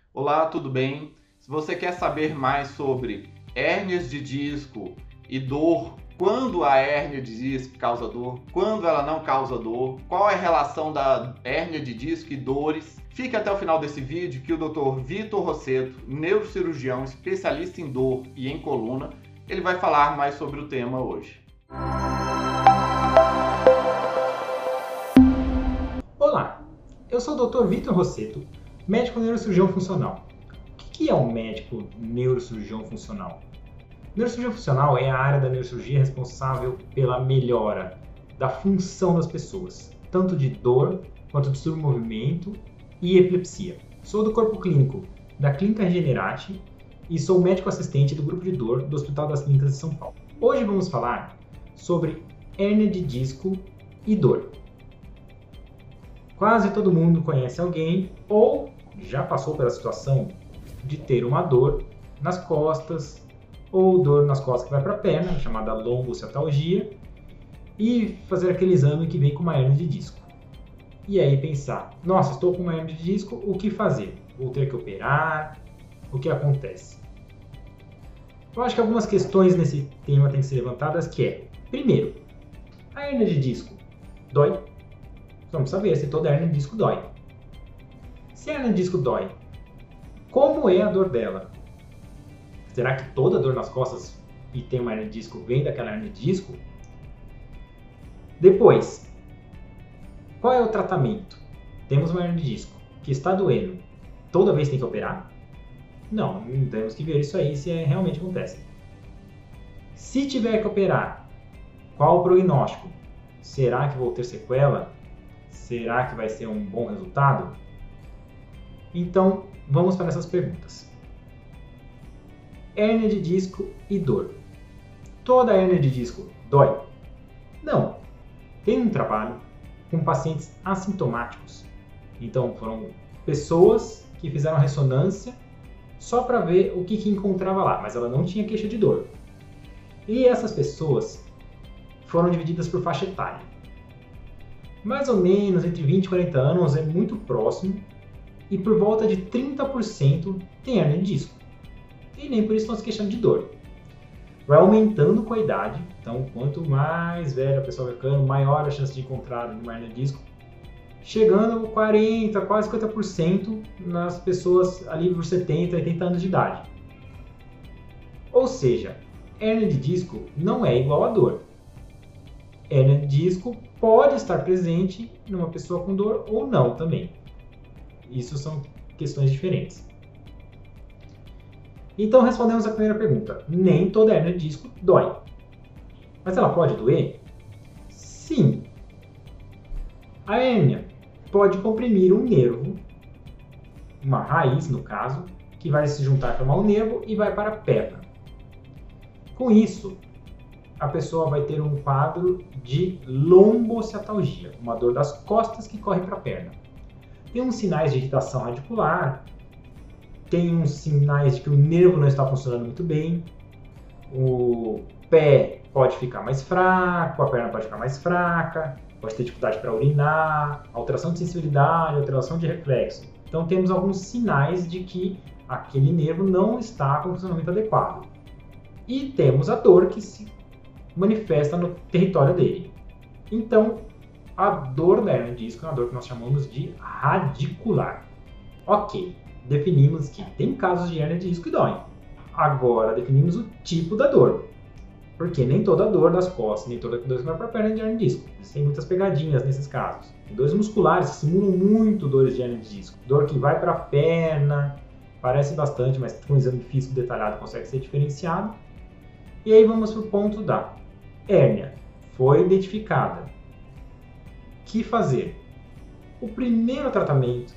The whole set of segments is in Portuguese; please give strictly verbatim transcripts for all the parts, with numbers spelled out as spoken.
Olá, tudo bem? Se você quer saber mais sobre hérnias de disco e dor, quando a hérnia de disco causa dor, quando ela não causa dor, qual é a relação da hérnia de disco e dores, fique até o final desse vídeo que o doutor Vitor Rossetto, neurocirurgião especialista em dor e em coluna, ele vai falar mais sobre o tema hoje. Olá, eu sou o doutor Vitor Rossetto, médico neurocirurgião funcional. O que é um médico neurocirurgião funcional? Neurocirurgião funcional é a área da neurocirurgia responsável pela melhora da função das pessoas, tanto de dor quanto de submovimento e epilepsia. Sou do corpo clínico da Clínica Regenerate e sou médico assistente do grupo de dor do Hospital das Clínicas de São Paulo. Hoje vamos falar sobre hérnia de disco e dor. Quase todo mundo conhece alguém ou já passou pela situação de ter uma dor nas costas ou dor nas costas que vai para a perna, chamada lombociatalgia, e fazer aquele exame que vem com uma hérnia de disco. E aí pensar, nossa, estou com uma hérnia de disco, o que fazer? Vou ter que operar? O que acontece? Eu acho que algumas questões nesse tema têm que ser levantadas, que é, primeiro, a hérnia de disco dói? Vamos saber se toda hérnia de disco dói. Se a hérnia de disco dói, como é a dor dela? Será que toda dor nas costas e tem uma hérnia de disco vem daquela hérnia de disco? Depois, qual é o tratamento? Temos uma hérnia de disco que está doendo. Toda vez tem que operar? Não, temos que ver isso aí se é, realmente acontece. Se tiver que operar, qual o prognóstico? Será que vou ter sequela? Será que vai ser um bom resultado? Então, vamos para essas perguntas. Hérnia de disco e dor. Toda hérnia de disco dói? Não. Tem um trabalho com pacientes assintomáticos. Então, foram pessoas que fizeram ressonância só para ver o que, que encontrava lá, mas ela não tinha queixa de dor. E essas pessoas foram divididas por faixa etária. Mais ou menos entre vinte e quarenta anos é muito próximo e por volta de trinta por cento tem hérnia de disco. E nem por isso estão se queixando de dor. Vai aumentando com a idade, então quanto mais velha a pessoa vai ficando, maior a chance de encontrar uma hérnia de disco, chegando a quarenta por cento, quase cinquenta por cento nas pessoas ali por setenta, oitenta anos de idade. Ou seja, hérnia de disco não é igual a dor. Hérnia de disco pode estar presente numa pessoa com dor ou não também. Isso são questões diferentes. Então respondemos a primeira pergunta. Nem toda hérnia de disco dói. Mas ela pode doer? Sim. A hérnia pode comprimir um nervo, uma raiz no caso, que vai se juntar para um nervo e vai para a perna. Com isso, a pessoa vai ter um quadro de lombociatalgia, uma dor das costas que corre para a perna. Tem uns sinais de irritação radicular, tem uns sinais de que o nervo não está funcionando muito bem, o pé pode ficar mais fraco, a perna pode ficar mais fraca, pode ter dificuldade para urinar, alteração de sensibilidade, alteração de reflexo. Então temos alguns sinais de que aquele nervo não está com funcionamento adequado. E temos a dor que se manifesta no território dele. Então, a dor da hérnia de disco é uma dor que nós chamamos de radicular. Ok, definimos que tem casos de hérnia de disco que doem. Agora, definimos o tipo da dor. Porque nem toda dor das costas, nem toda dor que vai para a perna é de hérnia de disco. Tem muitas pegadinhas nesses casos. Tem dores musculares que simulam muito dores de hérnia de disco. Dor que vai para a perna, parece bastante, mas com um exame físico detalhado consegue ser diferenciado. E aí vamos para o ponto da hérnia. Foi identificada. O que fazer? O primeiro tratamento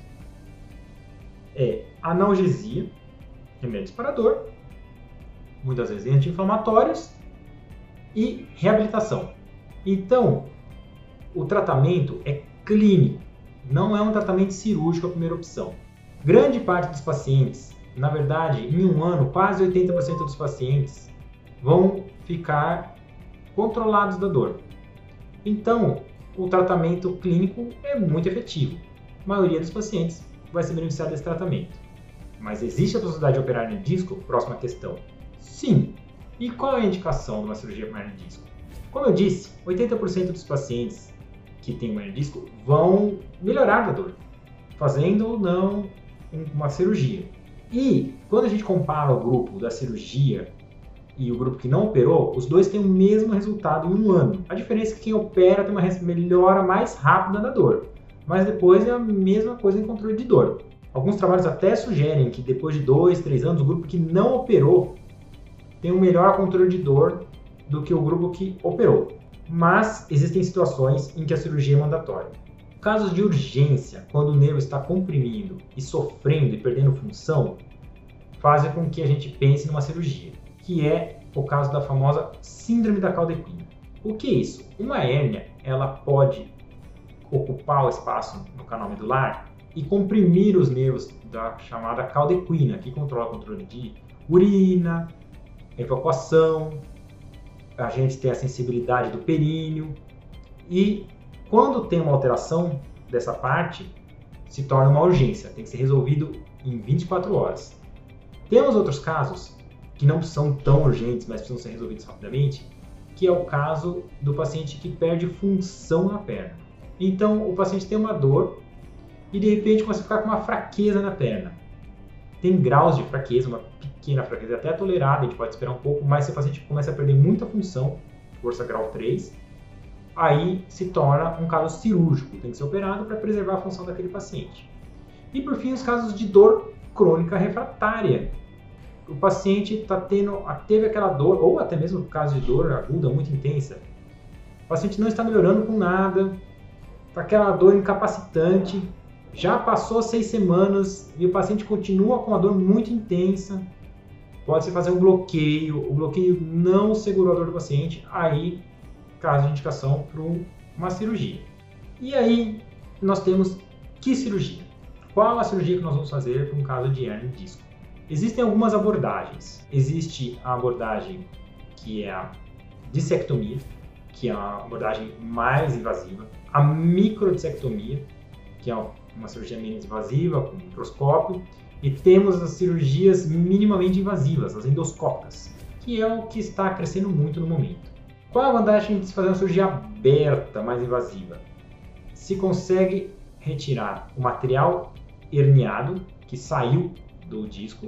é analgesia, remédios para dor, muitas vezes anti-inflamatórios, e reabilitação. Então, o tratamento é clínico, não é um tratamento cirúrgico a primeira opção. Grande parte dos pacientes, na verdade, em um ano, quase oitenta por cento dos pacientes vão ficar controlados da dor. Então, o tratamento clínico é muito efetivo. A maioria dos pacientes vai se beneficiar desse tratamento. Mas existe a possibilidade de operar hernia de disco? Próxima questão. Sim. E qual é a indicação de uma cirurgia para hernia de disco? Como eu disse, oitenta por cento dos pacientes que têm uma hernia de disco vão melhorar da dor, fazendo ou não uma cirurgia. E quando a gente compara o grupo da cirurgia e o grupo que não operou, os dois têm o mesmo resultado em um ano. A diferença é que quem opera tem uma melhora mais rápida da dor, mas depois é a mesma coisa em controle de dor. Alguns trabalhos até sugerem que depois de dois, três anos, o grupo que não operou tem um melhor controle de dor do que o grupo que operou. Mas existem situações em que a cirurgia é mandatória. Casos de urgência, quando o nervo está comprimindo e sofrendo e perdendo função, fazem com que a gente pense numa cirurgia, que é o caso da famosa síndrome da cauda equina. O que é isso? Uma hérnia, ela pode ocupar o espaço no canal medular e comprimir os nervos da chamada cauda equina, que controla o controle de urina, evacuação, a gente tem a sensibilidade do períneo e quando tem uma alteração dessa parte, se torna uma urgência, tem que ser resolvido em vinte e quatro horas. Temos outros casos que não são tão urgentes, mas precisam ser resolvidos rapidamente, que é o caso do paciente que perde função na perna. Então, o paciente tem uma dor e de repente começa a ficar com uma fraqueza na perna. Tem graus de fraqueza, uma pequena fraqueza até tolerada, a gente pode esperar um pouco, mas se o paciente começa a perder muita função, força grau três, aí se torna um caso cirúrgico, tem que ser operado para preservar a função daquele paciente. E por fim, os casos de dor crônica refratária. O paciente tá tendo, teve aquela dor, ou até mesmo no caso de dor aguda muito intensa, o paciente não está melhorando com nada, tá aquela dor incapacitante, já passou seis semanas e o paciente continua com a dor muito intensa, pode-se fazer um bloqueio, o bloqueio não segurou a dor do paciente, aí caso de indicação para uma cirurgia. E aí nós temos que cirurgia? Qual a cirurgia que nós vamos fazer para um caso de hérnia de disco? Existem algumas abordagens. Existe a abordagem que é a dissectomia, que é a abordagem mais invasiva, a microdissectomia, que é uma cirurgia menos invasiva, com microscópio, e temos as cirurgias minimamente invasivas, as endoscópicas, que é o que está crescendo muito no momento. Qual a vantagem de se fazer uma cirurgia aberta, mais invasiva? Se consegue retirar o material herniado que saiu do disco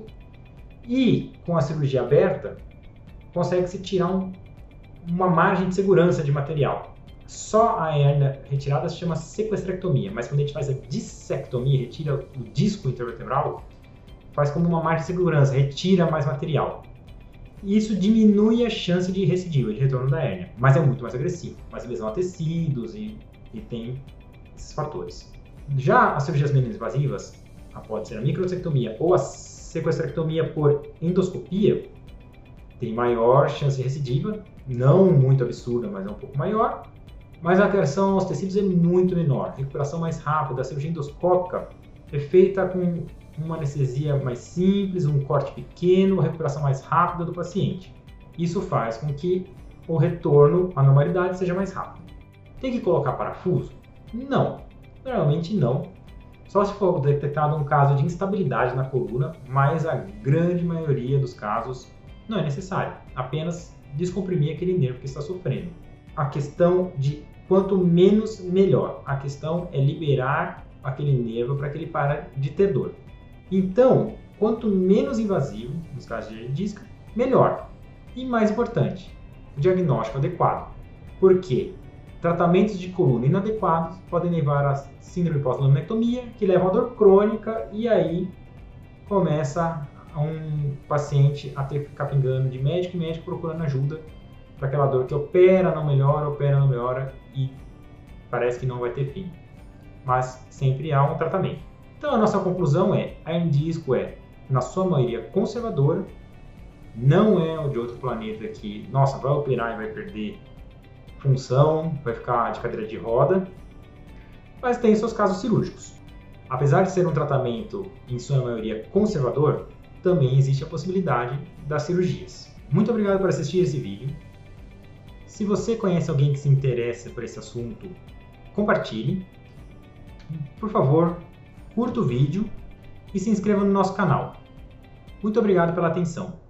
e, com a cirurgia aberta, consegue-se tirar um, uma margem de segurança de material. Só a hérnia retirada se chama sequestrectomia, mas quando a gente faz a dissectomia, retira o disco intervertebral, faz como uma margem de segurança, retira mais material. E isso diminui a chance de recidiva, de retorno da hérnia, mas é muito mais agressivo, mais lesão a tecidos e, e tem esses fatores. Já as cirurgias menos invasivas, pode ser a microdissectomia ou a sequestrectomia por endoscopia, tem maior chance de recidiva, não muito absurda, mas é um pouco maior, mas a agressão aos tecidos é muito menor, recuperação mais rápida. A cirurgia endoscópica é feita com uma anestesia mais simples, um corte pequeno, recuperação mais rápida do paciente. Isso faz com que o retorno à normalidade seja mais rápido. Tem que colocar parafuso? Não, normalmente não. Só se for detectado um caso de instabilidade na coluna, mas a grande maioria dos casos não é necessário, apenas descomprimir aquele nervo que está sofrendo. A questão de quanto menos, melhor. A questão é liberar aquele nervo para que ele pare de ter dor. Então, quanto menos invasivo, nos casos de hernia de disco, melhor. E mais importante, o diagnóstico adequado. Por quê? Tratamentos de coluna inadequados podem levar a síndrome pós-laminectomia, que leva a dor crônica e aí começa um paciente a ter que ficar pingando de médico em médico procurando ajuda para aquela dor que opera, não melhora, opera, não melhora e parece que não vai ter fim. Mas sempre há um tratamento. Então a nossa conclusão é, a hernia de disco é, na sua maioria, conservadora, não é o de outro planeta que, nossa, vai operar e vai perder função, vai ficar de cadeira de roda, mas tem seus casos cirúrgicos. Apesar de ser um tratamento, em sua maioria, conservador, também existe a possibilidade das cirurgias. Muito obrigado por assistir esse vídeo. Se você conhece alguém que se interessa por esse assunto, compartilhe. Por favor, curta o vídeo e se inscreva no nosso canal. Muito obrigado pela atenção.